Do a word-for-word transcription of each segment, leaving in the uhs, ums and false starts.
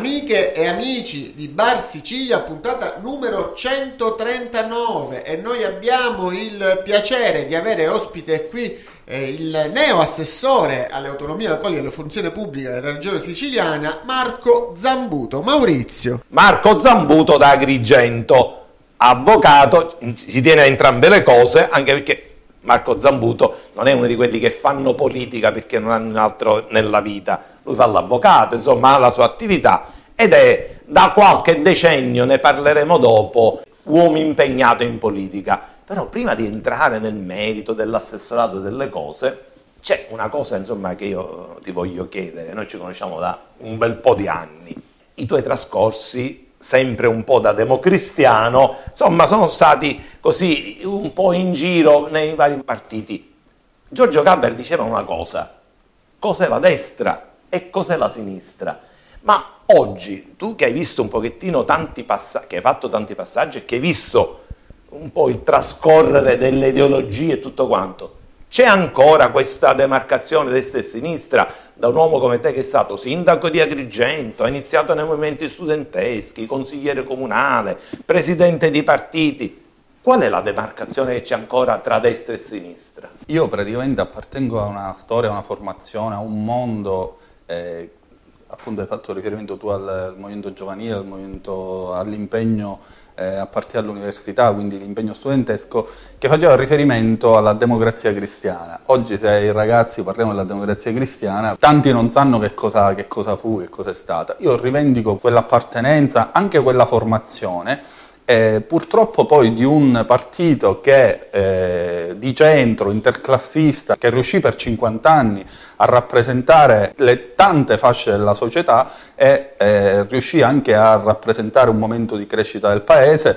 Amiche e amici di Bar Sicilia, puntata numero centotrentanove, e noi abbiamo il piacere di avere ospite qui eh, il neo assessore alle autonomie locali e alla funzione pubblica della regione siciliana, Marco Zambuto. Maurizio. Marco Zambuto da Agrigento, avvocato, si tiene a entrambe le cose, anche perché Marco Zambuto non è uno di quelli che fanno politica perché non hanno altro nella vita. Lui fa l'avvocato, insomma ha la sua attività ed è da qualche decennio, ne parleremo dopo, uomo impegnato in politica. Però prima di entrare nel merito dell'assessorato e delle cose, c'è una cosa insomma che io ti voglio chiedere. Noi ci conosciamo da un bel po' di anni. I tuoi trascorsi, sempre un po' da democristiano, insomma sono stati così un po' in giro nei vari partiti. Giorgio Gaber diceva una cosa: cos'è la destra e cos'è la sinistra? Ma oggi, tu che hai visto un pochettino tanti passaggi, che hai fatto tanti passaggi e che hai visto un po' il trascorrere delle ideologie e tutto quanto, c'è ancora questa demarcazione destra e sinistra da un uomo come te che è stato sindaco di Agrigento, ha iniziato nei movimenti studenteschi, consigliere comunale, presidente di partiti? Qual è la demarcazione che c'è ancora tra destra e sinistra? Io praticamente appartengo a una storia, a una formazione, a un mondo, eh, appunto hai fatto riferimento tu al, al movimento giovanile, al movimento, all'impegno eh, a partire dall'università, quindi l'impegno studentesco, che faceva riferimento alla democrazia cristiana. Oggi se ai ragazzi parliamo della democrazia cristiana, tanti non sanno che cosa, che cosa fu, che cosa è stata. Io rivendico quell'appartenenza, anche quella formazione, Eh, purtroppo poi di un partito che eh, di centro, interclassista, che riuscì per cinquanta anni a rappresentare le tante fasce della società e eh, riuscì anche a rappresentare un momento di crescita del paese.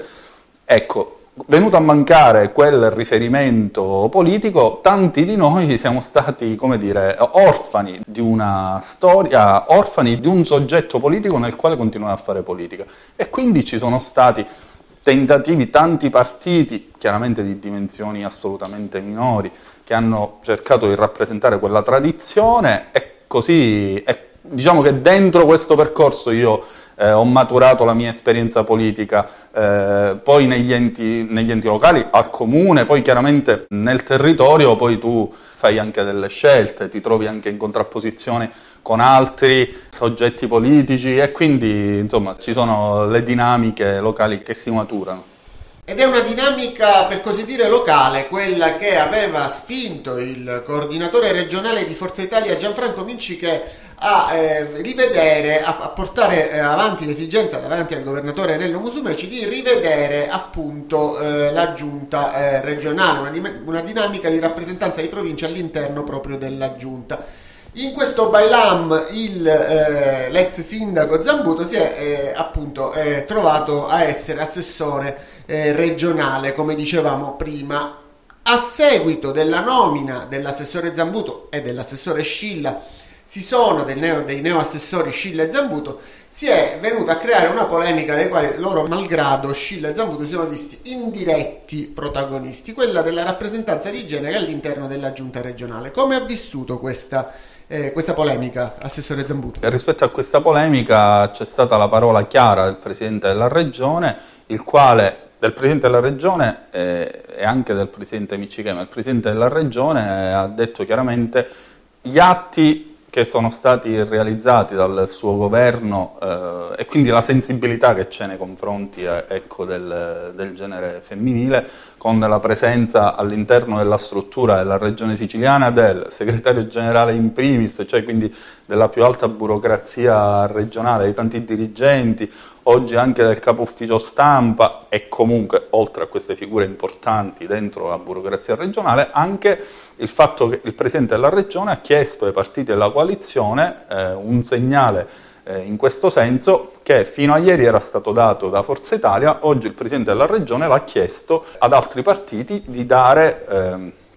Ecco, venuto a mancare quel riferimento politico, tanti di noi siamo stati, come dire, orfani di una storia, orfani di un soggetto politico nel quale continuare a fare politica. E quindi ci sono stati tentativi, tanti partiti, chiaramente di dimensioni assolutamente minori, che hanno cercato di rappresentare quella tradizione, e così, e diciamo che dentro questo percorso io eh, ho maturato la mia esperienza politica, eh, poi negli enti, negli enti locali, al comune, poi chiaramente nel territorio, poi tu fai anche delle scelte, ti trovi anche in contrapposizione con altri soggetti politici e quindi insomma ci sono le dinamiche locali che si maturano. Ed è una dinamica per così dire locale, quella che aveva spinto il coordinatore regionale di Forza Italia Gianfranco Minciche a eh, rivedere, a, a portare eh, avanti l'esigenza davanti al governatore Nello Musumeci di rivedere appunto eh, la giunta eh, regionale, una, di, una dinamica di rappresentanza di provincia all'interno proprio della giunta. In questo bailam il, eh, l'ex sindaco Zambuto si è eh, appunto eh, trovato a essere assessore eh, regionale, come dicevamo prima. A seguito della nomina dell'assessore Zambuto e dell'assessore Scilla, si sono del neo, dei neoassessori Scilla e Zambuto, si è venuta a creare una polemica dei quali loro, malgrado Scilla e Zambuto, si sono visti indiretti protagonisti, quella della rappresentanza di genere all'interno della giunta regionale. Come ha vissuto questa Eh, questa polemica, assessore Zambuto? E rispetto a questa polemica c'è stata la parola chiara del Presidente della Regione, il quale, del Presidente della Regione eh, e anche del Presidente Minciche, ma il Presidente della Regione eh, ha detto chiaramente gli atti che sono stati realizzati dal suo governo eh, e quindi la sensibilità che c'è nei confronti eh, ecco, del, del genere femminile, con la presenza all'interno della struttura della regione siciliana del segretario generale in primis, cioè quindi della più alta burocrazia regionale, di tanti dirigenti, oggi anche del capo ufficio stampa e comunque oltre a queste figure importanti dentro la burocrazia regionale, anche il fatto che il Presidente della Regione ha chiesto ai partiti della coalizione eh, un segnale eh, in questo senso, che fino a ieri era stato dato da Forza Italia. Oggi il Presidente della Regione l'ha chiesto ad altri partiti di dare eh,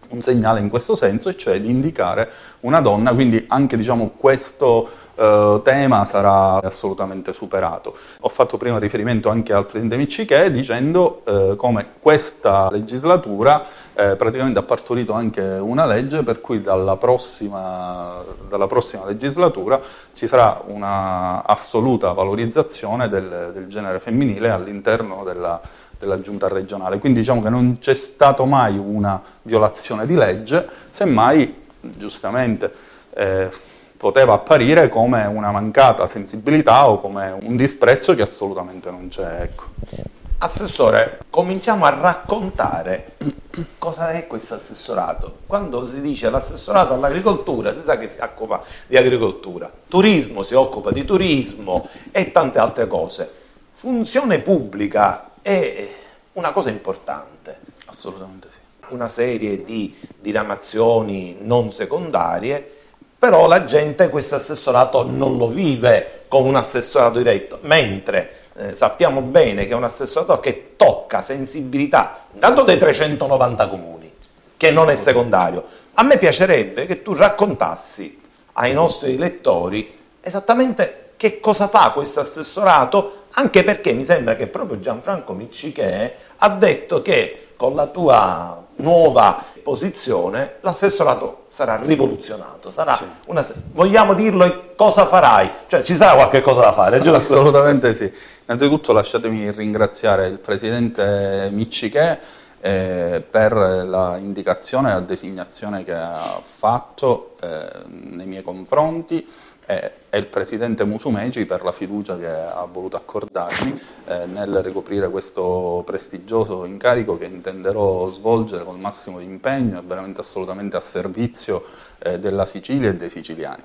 un segnale in questo senso, e cioè di indicare una donna, quindi anche diciamo questo eh, tema sarà assolutamente superato. Ho fatto prima riferimento anche al Presidente Miccichè dicendo eh, come questa legislatura eh, praticamente ha partorito anche una legge per cui dalla prossima, dalla prossima legislatura ci sarà una assoluta valorizzazione del, del genere femminile all'interno della della giunta regionale, quindi diciamo che non c'è stato mai una violazione di legge, semmai giustamente eh, poteva apparire come una mancata sensibilità o come un disprezzo che assolutamente non c'è. Ecco. Assessore, cominciamo a raccontare cosa è questo assessorato. Quando si dice l'assessorato all'agricoltura, si sa che si occupa di agricoltura, turismo si occupa di turismo e tante altre cose. Funzione pubblica è una cosa importante. Assolutamente sì. Una serie di diramazioni non secondarie, però la gente questo assessorato non lo vive come un assessorato diretto, mentre eh, sappiamo bene che è un assessorato che tocca sensibilità, intanto dei trecentonovanta comuni, che non è secondario. A me piacerebbe che tu raccontassi ai nostri lettori esattamente che cosa fa questo assessorato, anche perché mi sembra che proprio Gianfranco Miccichè ha detto che con la tua nuova posizione l'assessorato sarà rivoluzionato, sarà sì. una, vogliamo dirlo, e cosa farai? Cioè ci sarà qualche cosa da fare, giusto? Assolutamente sì. Innanzitutto lasciatemi ringraziare il Presidente Miccichè eh, per la indicazione e la designazione che ha fatto eh, nei miei confronti, e il Presidente Musumeci per la fiducia che ha voluto accordarmi eh, nel ricoprire questo prestigioso incarico che intenderò svolgere col massimo di impegno e veramente assolutamente a servizio eh, della Sicilia e dei siciliani.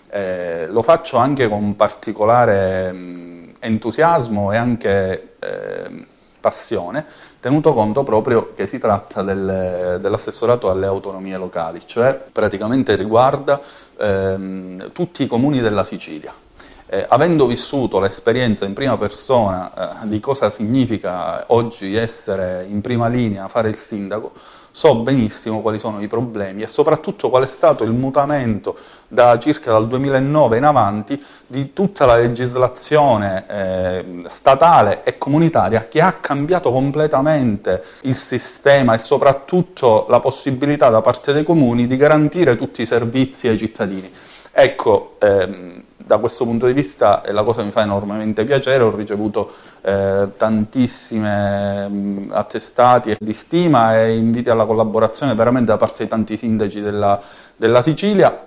Eh, lo faccio anche con particolare mh, entusiasmo e anche eh, passione, tenuto conto proprio che si tratta del, dell'assessorato alle autonomie locali, cioè praticamente riguarda ehm, tutti i comuni della Sicilia. Eh, avendo vissuto l'esperienza in prima persona eh, di cosa significa oggi essere in prima linea, fare il sindaco, so benissimo quali sono i problemi e soprattutto qual è stato il mutamento da circa dal duemilanove in avanti di tutta la legislazione eh, statale e comunitaria, che ha cambiato completamente il sistema e soprattutto la possibilità da parte dei comuni di garantire tutti i servizi ai cittadini. Ecco, ehm, da questo punto di vista eh, la cosa mi fa enormemente piacere, ho ricevuto eh, tantissime mh, attestati di stima e inviti alla collaborazione veramente da parte di tanti sindaci della, della Sicilia.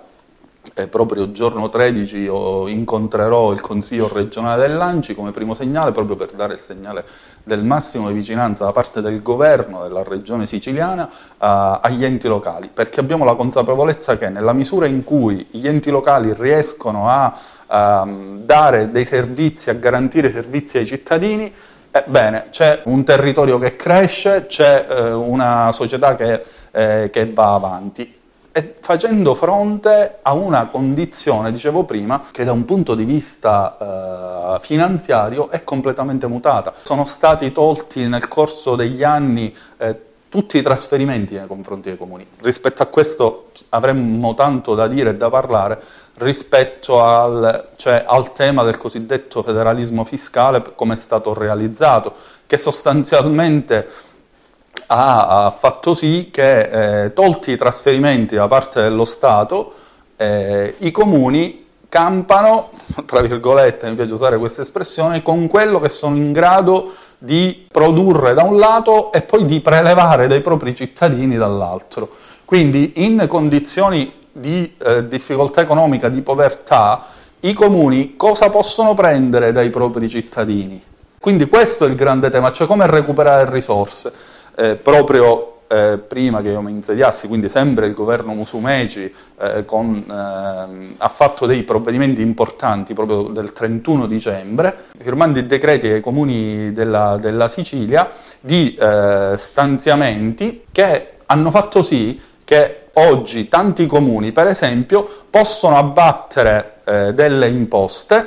E proprio il giorno tredici io incontrerò il Consiglio regionale dell'Anci come primo segnale, proprio per dare il segnale del massimo di vicinanza da parte del governo della regione siciliana uh, agli enti locali, perché abbiamo la consapevolezza che nella misura in cui gli enti locali riescono a uh, dare dei servizi, a garantire servizi ai cittadini, ebbene c'è un territorio che cresce, c'è uh, una società che, eh, che va avanti. E facendo fronte a una condizione, dicevo prima, che da un punto di vista eh, finanziario è completamente mutata. Sono stati tolti nel corso degli anni eh, tutti i trasferimenti nei confronti dei comuni. Rispetto a questo avremmo tanto da dire e da parlare rispetto al, cioè, al tema del cosiddetto federalismo fiscale, come è stato realizzato, che sostanzialmente ha fatto sì che, eh, tolti i trasferimenti da parte dello Stato, eh, i comuni campano, tra virgolette, mi piace usare questa espressione, con quello che sono in grado di produrre da un lato e poi di prelevare dai propri cittadini dall'altro. Quindi in condizioni di eh, difficoltà economica, di povertà, i comuni cosa possono prendere dai propri cittadini? Quindi questo è il grande tema, cioè come recuperare risorse. Eh, proprio eh, prima che io mi insediassi, quindi sempre il governo Musumeci eh, con, eh, ha fatto dei provvedimenti importanti proprio del trentuno dicembre, firmando i decreti ai comuni della, della Sicilia di eh, stanziamenti che hanno fatto sì che oggi tanti comuni, per esempio, possono abbattere eh, delle imposte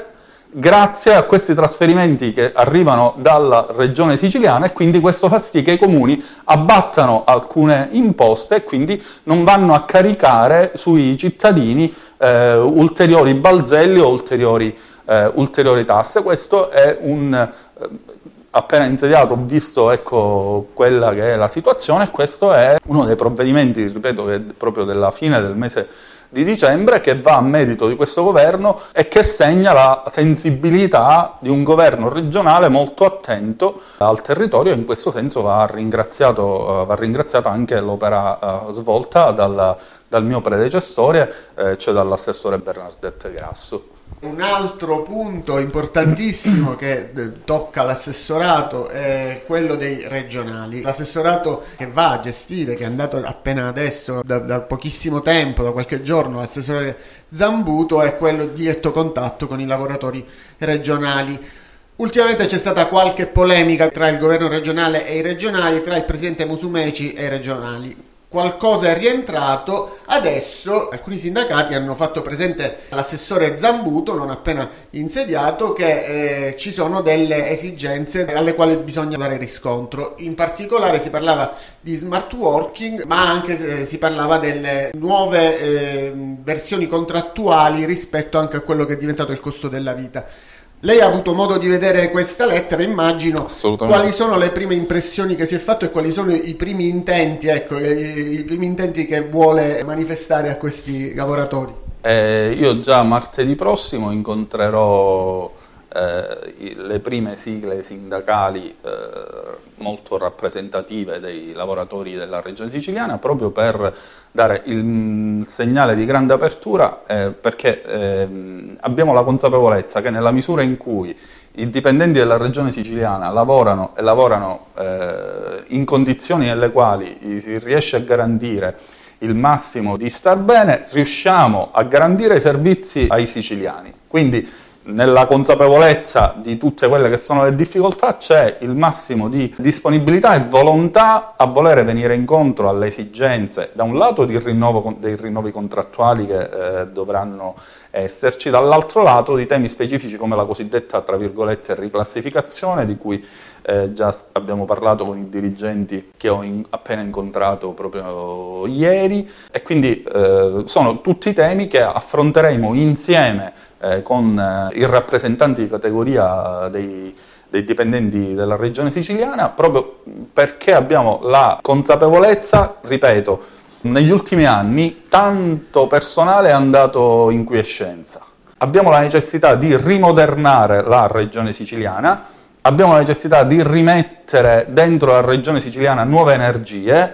grazie a questi trasferimenti che arrivano dalla regione siciliana, e quindi questo fa sì che i comuni abbattano alcune imposte e quindi non vanno a caricare sui cittadini eh, ulteriori balzelli o ulteriori, eh, ulteriori tasse. Questo è un... Eh, appena insediato ho visto, ecco, quella che è la situazione, e questo è uno dei provvedimenti, ripeto, che è proprio della fine del mese di dicembre, che va a merito di questo governo e che segna la sensibilità di un governo regionale molto attento al territorio, e in questo senso va ringraziato, va ringraziata anche l'opera uh, svolta dal, dal mio predecessore, eh, cioè dall'assessore Bernardette Grasso. Un altro punto importantissimo che tocca l'assessorato è quello dei regionali. L'assessorato che va a gestire, che è andato appena adesso, da, da pochissimo tempo, da qualche giorno, l'assessore Zambuto, è quello di diretto contatto con i lavoratori regionali. Ultimamente c'è stata qualche polemica tra il governo regionale e i regionali, tra il presidente Musumeci e i regionali. Qualcosa è rientrato, adesso alcuni sindacati hanno fatto presente all'assessore Zambuto, non appena insediato, che eh, ci sono delle esigenze alle quali bisogna dare riscontro. In particolare si parlava di smart working, ma anche eh, si parlava delle nuove eh, versioni contrattuali rispetto anche a quello che è diventato il costo della vita. Lei ha avuto modo di vedere questa lettera, immagino. Quali sono le prime impressioni che si è fatto e quali sono i primi intenti, ecco, i, i primi intenti che vuole manifestare a questi lavoratori? Eh, io già martedì prossimo incontrerò eh, le prime sigle sindacali eh, molto rappresentative dei lavoratori della regione siciliana, proprio per dare il segnale di grande apertura, eh, perché eh, abbiamo la consapevolezza che nella misura in cui i dipendenti della regione siciliana lavorano e lavorano eh, in condizioni nelle quali si riesce a garantire il massimo di star bene, riusciamo a garantire i servizi ai siciliani. Quindi, nella consapevolezza di tutte quelle che sono le difficoltà, c'è il massimo di disponibilità e volontà a volere venire incontro alle esigenze, da un lato di rinnovo, dei rinnovi contrattuali che eh, dovranno esserci, dall'altro lato di temi specifici come la cosiddetta, tra virgolette, riclassificazione, di cui eh, già abbiamo parlato con i dirigenti che ho in, appena incontrato proprio ieri, e quindi eh, sono tutti temi che affronteremo insieme eh, con eh, i rappresentanti di categoria dei, dei dipendenti della regione siciliana, proprio perché abbiamo la consapevolezza, ripeto, negli ultimi anni tanto personale è andato in quiescenza. Abbiamo la necessità di rimodernare la regione siciliana, abbiamo la necessità di rimettere dentro la regione siciliana nuove energie,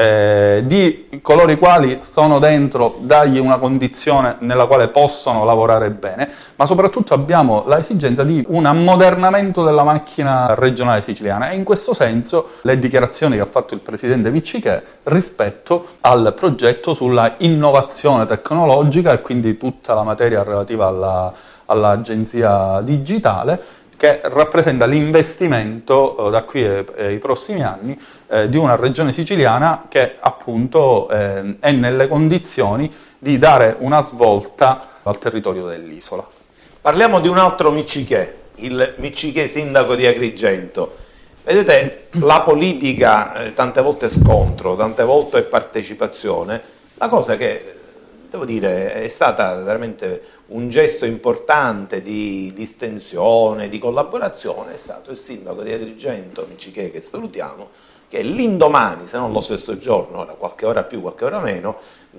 eh, di coloro i quali sono dentro, dargli una condizione nella quale possono lavorare bene, ma soprattutto abbiamo l'esigenza di un ammodernamento della macchina regionale siciliana, e in questo senso le dichiarazioni che ha fatto il presidente Miccichè rispetto al progetto sulla innovazione tecnologica e quindi tutta la materia relativa alla, all'agenzia digitale, che rappresenta l'investimento eh, da qui ai, ai prossimi anni eh, di una regione siciliana che appunto eh, è nelle condizioni di dare una svolta al territorio dell'isola. Parliamo di un altro Miccichè, il Miccichè sindaco di Agrigento. Vedete, la politica eh, tante volte è scontro, tante volte è partecipazione. La cosa che, devo dire, è stata veramente un gesto importante di distensione, di collaborazione, è stato il sindaco di Agrigento, Miccichè, che salutiamo, che l'indomani, se non lo stesso giorno, ora qualche ora più, qualche ora meno,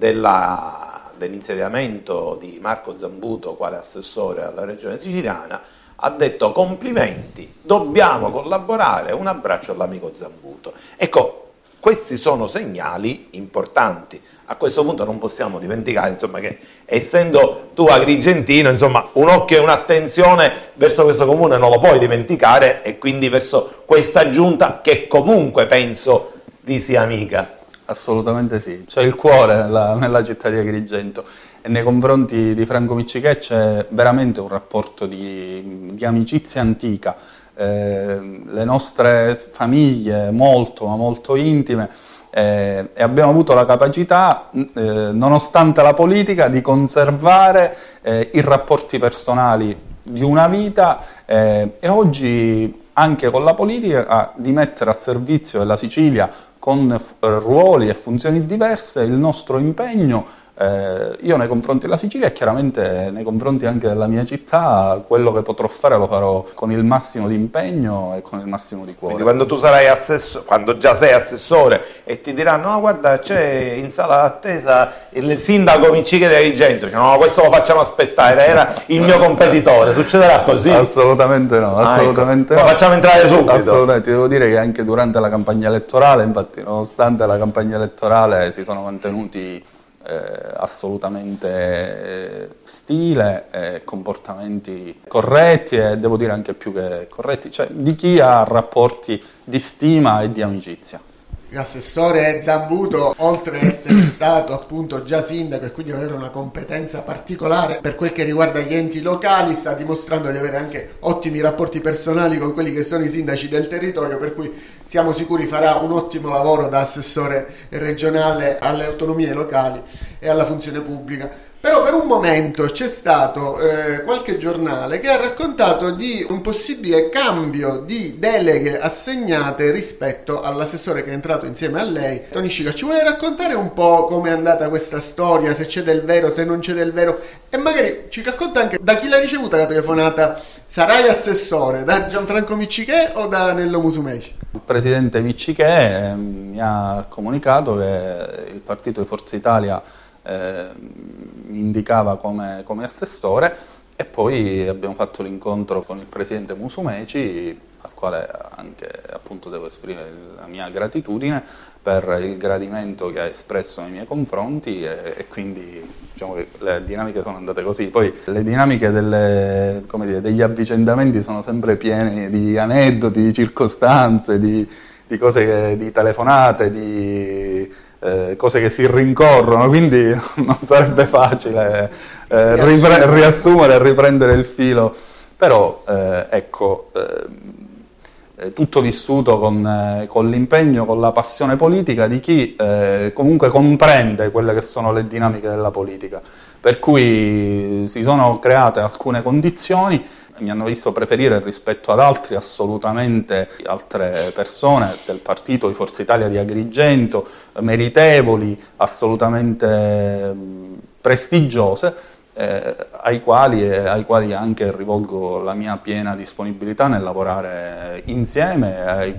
della, dell'insediamento di Marco Zambuto quale assessore alla regione siciliana, ha detto complimenti, dobbiamo collaborare, un abbraccio all'amico Zambuto. Ecco, questi sono segnali importanti. A questo punto non possiamo dimenticare, insomma, che essendo tu agrigentino, insomma, un occhio e un'attenzione verso questo comune non lo puoi dimenticare, e quindi verso questa giunta che comunque penso ti sia amica. Assolutamente sì, c'è il cuore nella, nella città di Agrigento, e nei confronti di Franco Miccichè c'è veramente un rapporto di, di amicizia antica. Eh, le nostre famiglie molto ma molto intime, eh, e abbiamo avuto la capacità, eh, nonostante la politica, di conservare eh, i rapporti personali di una vita eh, e oggi anche con la politica di mettere a servizio della Sicilia con f- ruoli e funzioni diverse il nostro impegno. Eh, io nei confronti della Sicilia e chiaramente nei confronti anche della mia città, quello che potrò fare lo farò con il massimo di impegno e con il massimo di cuore. Quindi quando tu sarai assessore, quando già sei assessore e ti diranno no guarda c'è in sala d'attesa il sindaco Micciche di Agrigento, cioè, no questo lo facciamo aspettare, era il mio competitore, succederà così? Assolutamente no, assolutamente ah, ecco. no. Lo facciamo entrare subito. Assolutamente, devo dire che anche durante la campagna elettorale, infatti nonostante la campagna elettorale si sono mantenuti Eh, assolutamente eh, stile, eh, comportamenti corretti e devo dire anche più che corretti, cioè di chi ha rapporti di stima e di amicizia. L'assessore Zambuto, oltre ad essere stato appunto già sindaco e quindi avere una competenza particolare per quel che riguarda gli enti locali, sta dimostrando di avere anche ottimi rapporti personali con quelli che sono i sindaci del territorio, per cui siamo sicuri farà un ottimo lavoro da assessore regionale alle autonomie locali e alla funzione pubblica. Però per un momento c'è stato eh, qualche giornale che ha raccontato di un possibile cambio di deleghe assegnate rispetto all'assessore che è entrato insieme a lei. Tony Scica, ci vuole raccontare un po' come è andata questa storia, se c'è del vero, se non c'è del vero, e magari ci racconta anche da chi l'ha ricevuta la telefonata? Sarai assessore, da Gianfranco Micciche o da Nello Musumeci? Il presidente Micciche eh, mi ha comunicato che il partito di Forza Italia Eh, mi indicava come, come assessore e poi abbiamo fatto l'incontro con il presidente Musumeci, al quale anche appunto devo esprimere la mia gratitudine per il gradimento che ha espresso nei miei confronti e, e quindi diciamo che le dinamiche sono andate così. Poi le dinamiche delle, come dire, degli avvicendamenti sono sempre piene di aneddoti, di circostanze, di, di cose, che, di telefonate, di Eh, cose che si rincorrono, quindi non sarebbe facile eh, ripre- riassumere e riprendere il filo, però eh, ecco, eh, tutto vissuto con, eh, con l'impegno, con la passione politica di chi eh, comunque comprende quelle che sono le dinamiche della politica, per cui si sono create alcune condizioni, mi hanno visto preferire rispetto ad altri assolutamente altre persone del partito di Forza Italia di Agrigento, meritevoli, assolutamente prestigiose, eh, ai quali e ai quali anche rivolgo la mia piena disponibilità nel lavorare insieme ai,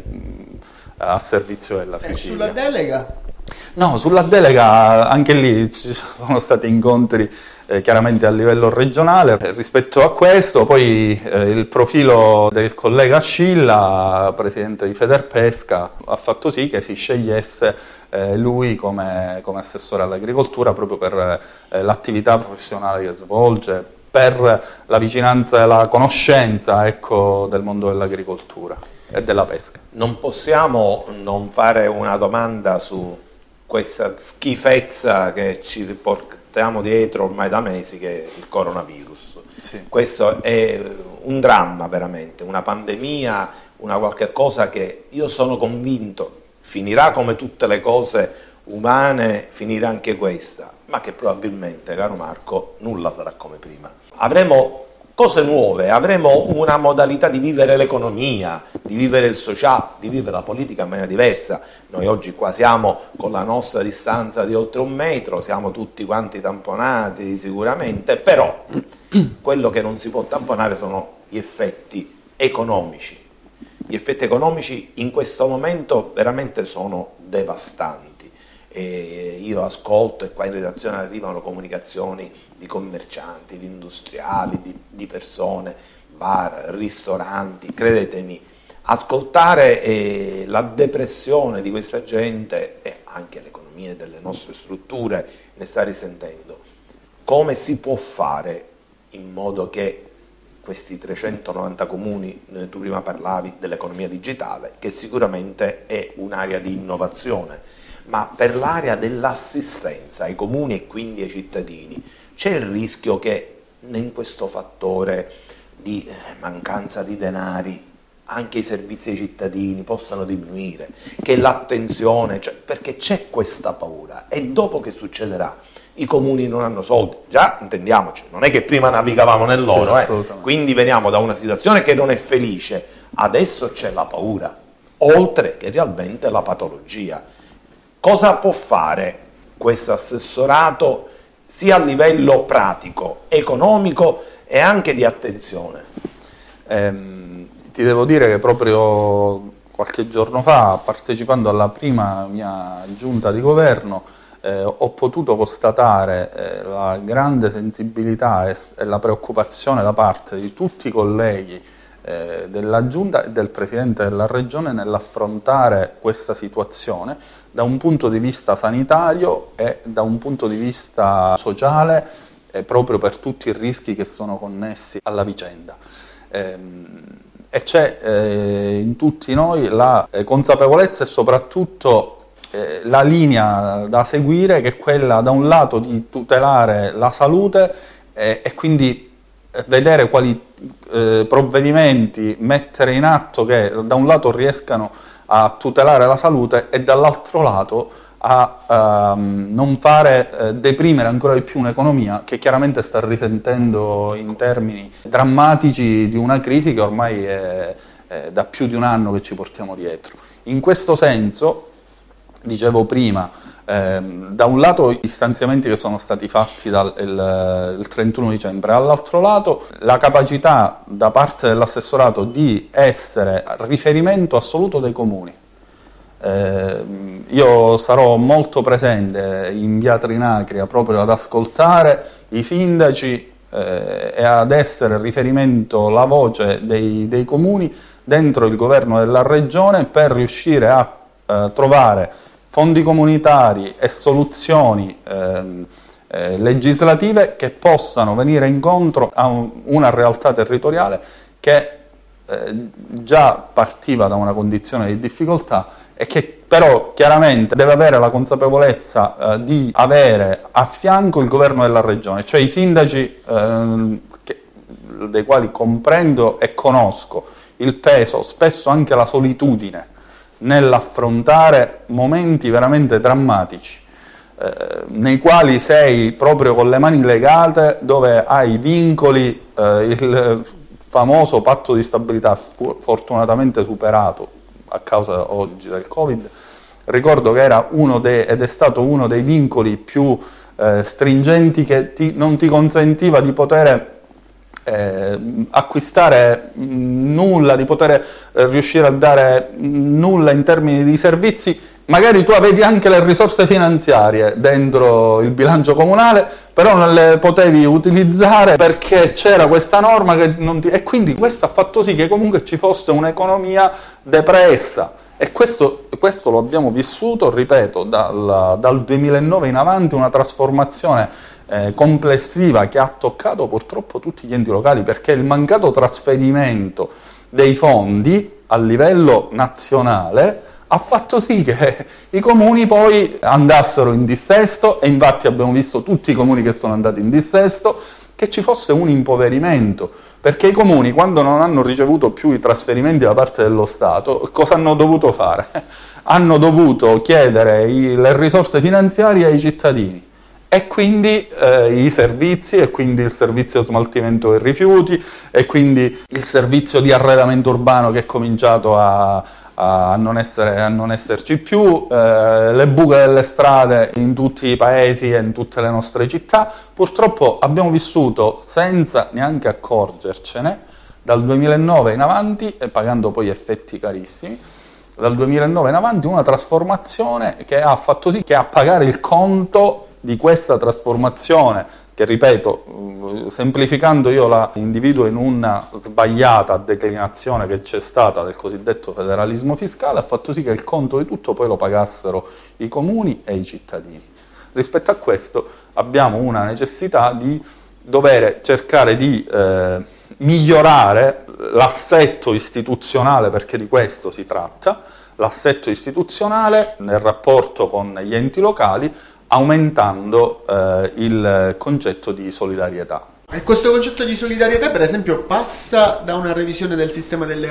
a servizio della Sicilia. E sulla delega? No, sulla delega anche lì ci sono stati incontri eh, chiaramente a livello regionale rispetto a questo, poi eh, il profilo del collega Scilla, presidente di Federpesca, ha fatto sì che si scegliesse eh, lui come, come assessore all'agricoltura proprio per eh, l'attività professionale che svolge, per la vicinanza e la conoscenza ecco, del mondo dell'agricoltura e della pesca. Non possiamo non fare una domanda su questa schifezza che ci portiamo dietro ormai da mesi, che è il coronavirus. Sì. Questo è un dramma veramente, una pandemia, una qualche cosa che io sono convinto finirà come tutte le cose umane, finirà anche questa, ma che probabilmente, caro Marco, nulla sarà come prima. Avremo cose nuove, avremo una modalità di vivere l'economia, di vivere il sociale, di vivere la politica in maniera diversa. Noi oggi qua siamo con la nostra distanza di oltre un metro, siamo tutti quanti tamponati sicuramente, però quello che non si può tamponare sono gli effetti economici. Gli effetti economici in questo momento veramente sono devastanti. E io ascolto e qua in redazione arrivano comunicazioni di commercianti, di industriali, di, di persone, bar, ristoranti. Credetemi, ascoltare eh, la depressione di questa gente e anche l'economia delle nostre strutture ne sta risentendo. Come si può fare in modo che questi trecentonovanta comuni, eh, tu prima parlavi dell'economia digitale, che sicuramente è un'area di innovazione, ma per l'area dell'assistenza ai comuni e quindi ai cittadini c'è il rischio che in questo fattore di mancanza di denari anche i servizi ai cittadini possano diminuire, che l'attenzione, cioè, perché c'è questa paura, e dopo che succederà? i comuni non hanno soldi. Già, intendiamoci, non è che prima navigavamo nell'oro, sì, eh. Quindi veniamo da una situazione che non è felice, adesso c'è la paura, oltre che realmente la patologia. Cosa può fare questo assessorato sia a livello pratico, economico e anche di attenzione? Ehm, ti devo dire che proprio qualche giorno fa, partecipando alla prima mia giunta di governo, eh, ho potuto constatare eh, la grande sensibilità e, e la preoccupazione da parte di tutti i colleghi eh, della giunta e del Presidente della Regione nell'affrontare questa situazione da un punto di vista sanitario e da un punto di vista sociale, eh, proprio per tutti i rischi che sono connessi alla vicenda. Ehm, e c'è eh, in tutti noi la eh, consapevolezza e soprattutto eh, la linea da seguire, che è quella da un lato di tutelare la salute eh, e quindi eh, vedere quali eh, provvedimenti mettere in atto che da un lato riescano a tutelare la salute e dall'altro lato a um, non fare eh, deprimere ancora di più un'economia che chiaramente sta risentendo in termini drammatici di una crisi che ormai è, è da più di un anno che ci portiamo dietro. In questo senso, dicevo prima, ehm, da un lato gli stanziamenti che sono stati fatti dal il, il trentuno dicembre, dall'altro lato la capacità da parte dell'assessorato di essere riferimento assoluto dei comuni. Eh, io sarò molto presente in via Trinacria proprio ad ascoltare i sindaci eh, e ad essere riferimento, la voce dei, dei comuni dentro il governo della regione per riuscire a eh, trovare fondi comunitari e soluzioni eh, eh, legislative che possano venire incontro a un, una realtà territoriale che eh, già partiva da una condizione di difficoltà e che però chiaramente deve avere la consapevolezza eh, di avere a fianco il governo della regione, cioè i sindaci eh, che, dei quali comprendo e conosco il peso, spesso anche la solitudine nell'affrontare momenti veramente drammatici, eh, nei quali sei proprio con le mani legate, dove hai vincoli, eh, il famoso patto di stabilità fu- fortunatamente superato a causa oggi del Covid. Ricordo che era uno dei, ed è stato uno dei vincoli più eh, stringenti che ti, non ti consentiva di poter eh, acquistare nulla, di poter eh, riuscire a dare nulla in termini di servizi. Magari tu avevi anche le risorse finanziarie dentro il bilancio comunale, però non le potevi utilizzare perché c'era questa norma che non ti... e quindi questo ha fatto sì che comunque ci fosse un'economia depressa. E questo, questo lo abbiamo vissuto, ripeto, dal, dal duemilanove in avanti, una trasformazione eh, complessiva che ha toccato purtroppo tutti gli enti locali, perché il mancato trasferimento dei fondi a livello nazionale ha fatto sì che i comuni poi andassero in dissesto, e infatti abbiamo visto tutti i comuni che sono andati in dissesto, che ci fosse un impoverimento, perché i comuni, quando non hanno ricevuto più i trasferimenti da parte dello Stato, cosa hanno dovuto fare? Hanno dovuto chiedere i, le risorse finanziarie ai cittadini, e quindi eh, i servizi, e quindi il servizio di smaltimento dei rifiuti, e quindi il servizio di arredamento urbano che è cominciato a a non, essere, a non esserci più, eh, le buche delle strade in tutti i paesi e in tutte le nostre città. Purtroppo abbiamo vissuto, senza neanche accorgercene, dal duemilanove in avanti, e pagando poi effetti carissimi, dal duemilanove in avanti una trasformazione che ha fatto sì che a pagare il conto di questa trasformazione, che ripeto, semplificando io la individuo in una sbagliata declinazione che c'è stata del cosiddetto federalismo fiscale, ha fatto sì che il conto di tutto poi lo pagassero i comuni e i cittadini. Rispetto a questo abbiamo una necessità di dover cercare di eh, migliorare l'assetto istituzionale, perché di questo si tratta, l'assetto istituzionale nel rapporto con gli enti locali, aumentando eh, il concetto di solidarietà. E questo concetto di solidarietà, per esempio, passa da una revisione del sistema delle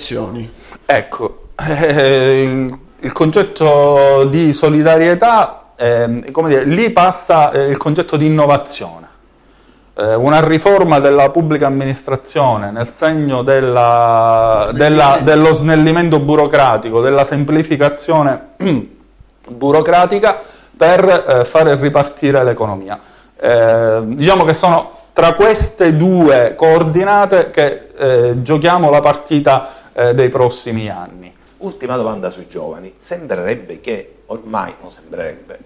autorizzazioni. Ecco, eh, il concetto di solidarietà eh, come dire, lì passa eh, il concetto di innovazione. Eh, una riforma della pubblica amministrazione nel segno della, della, dello snellimento burocratico, della semplificazione burocratica per eh, fare ripartire l'economia. Eh, diciamo che sono tra queste due coordinate che eh, giochiamo la partita eh, dei prossimi anni. Ultima domanda sui giovani. Sembrerebbe che ormai, non sembrerebbe,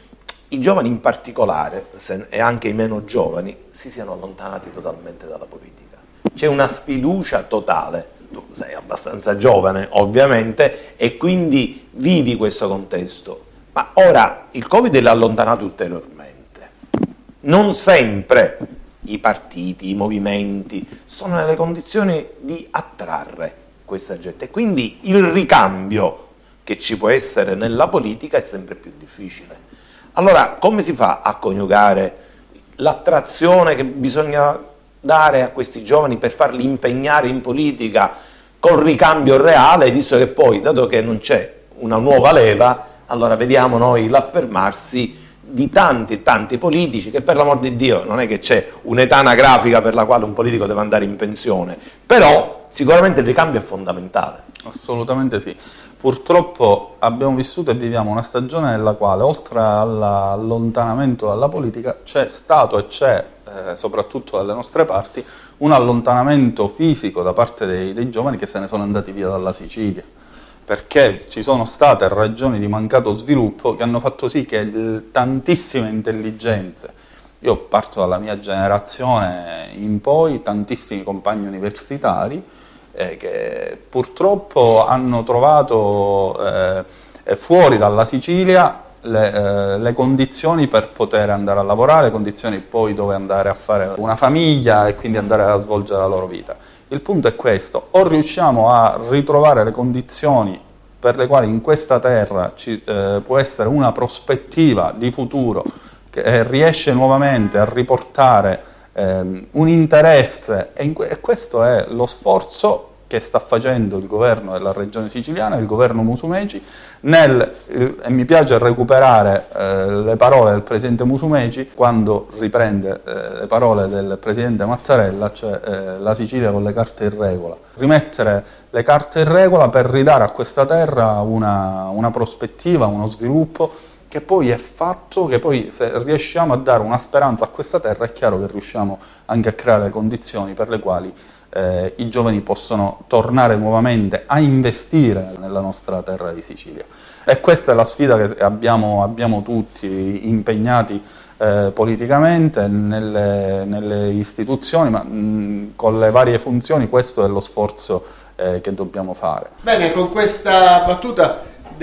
i giovani in particolare, se, e anche i meno giovani, si siano allontanati totalmente dalla politica. C'è una sfiducia totale. Tu sei abbastanza giovane, ovviamente, e quindi vivi questo contesto. Ma ora il Covid l'ha allontanato ulteriormente. Non sempre i partiti, i movimenti sono nelle condizioni di attrarre questa gente. E quindi il ricambio che ci può essere nella politica è sempre più difficile. Allora, come si fa a coniugare l'attrazione che bisogna dare a questi giovani per farli impegnare in politica col ricambio reale, visto che poi, dato che non c'è una nuova leva, allora vediamo noi l'affermarsi di tanti tanti politici che, per l'amor di Dio, non è che c'è un'età anagrafica per la quale un politico deve andare in pensione, però sicuramente il ricambio è fondamentale. Assolutamente sì. Purtroppo abbiamo vissuto e viviamo una stagione nella quale, oltre all'allontanamento dalla politica, c'è stato e c'è, eh, soprattutto dalle nostre parti, un allontanamento fisico da parte dei, dei giovani che se ne sono andati via dalla Sicilia, perché ci sono state ragioni di mancato sviluppo che hanno fatto sì che il, tantissime intelligenze, io parto dalla mia generazione in poi, tantissimi compagni universitari, eh, che purtroppo hanno trovato eh, fuori dalla Sicilia le, eh, le condizioni per poter andare a lavorare, le condizioni poi dove andare a fare una famiglia e quindi andare a svolgere la loro vita. Il punto è questo: o riusciamo a ritrovare le condizioni per le quali in questa terra ci, eh, può essere una prospettiva di futuro che eh, riesce nuovamente a riportare eh, un interesse, e, in que- e questo è lo sforzo che sta facendo il governo della regione siciliana, il governo Musumeci, nel, il, e mi piace recuperare eh, le parole del presidente Musumeci quando riprende eh, le parole del presidente Mattarella, cioè eh, la Sicilia con le carte in regola. Rimettere le carte in regola per ridare a questa terra una, una prospettiva, uno sviluppo che poi è fatto, che poi se riusciamo a dare una speranza a questa terra è chiaro che riusciamo anche a creare le condizioni per le quali Eh, i giovani possono tornare nuovamente a investire nella nostra terra di Sicilia. E questa è la sfida che abbiamo, abbiamo tutti impegnati eh, politicamente nelle, nelle istituzioni, ma mh, con le varie funzioni. Questo è lo sforzo eh, che dobbiamo fare. Bene, con questa battuta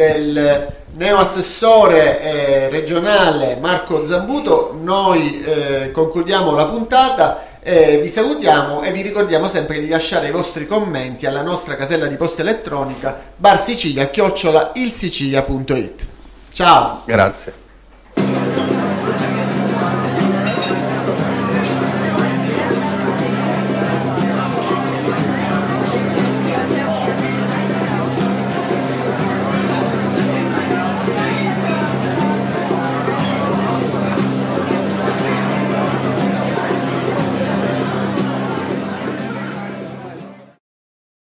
del neoassessore eh, regionale Marco Zambuto noi eh, concludiamo la puntata. Eh, vi salutiamo e vi ricordiamo sempre di lasciare i vostri commenti alla nostra casella di posta elettronica barsicilia chiocciola ilsicilia punto it. Ciao. Grazie.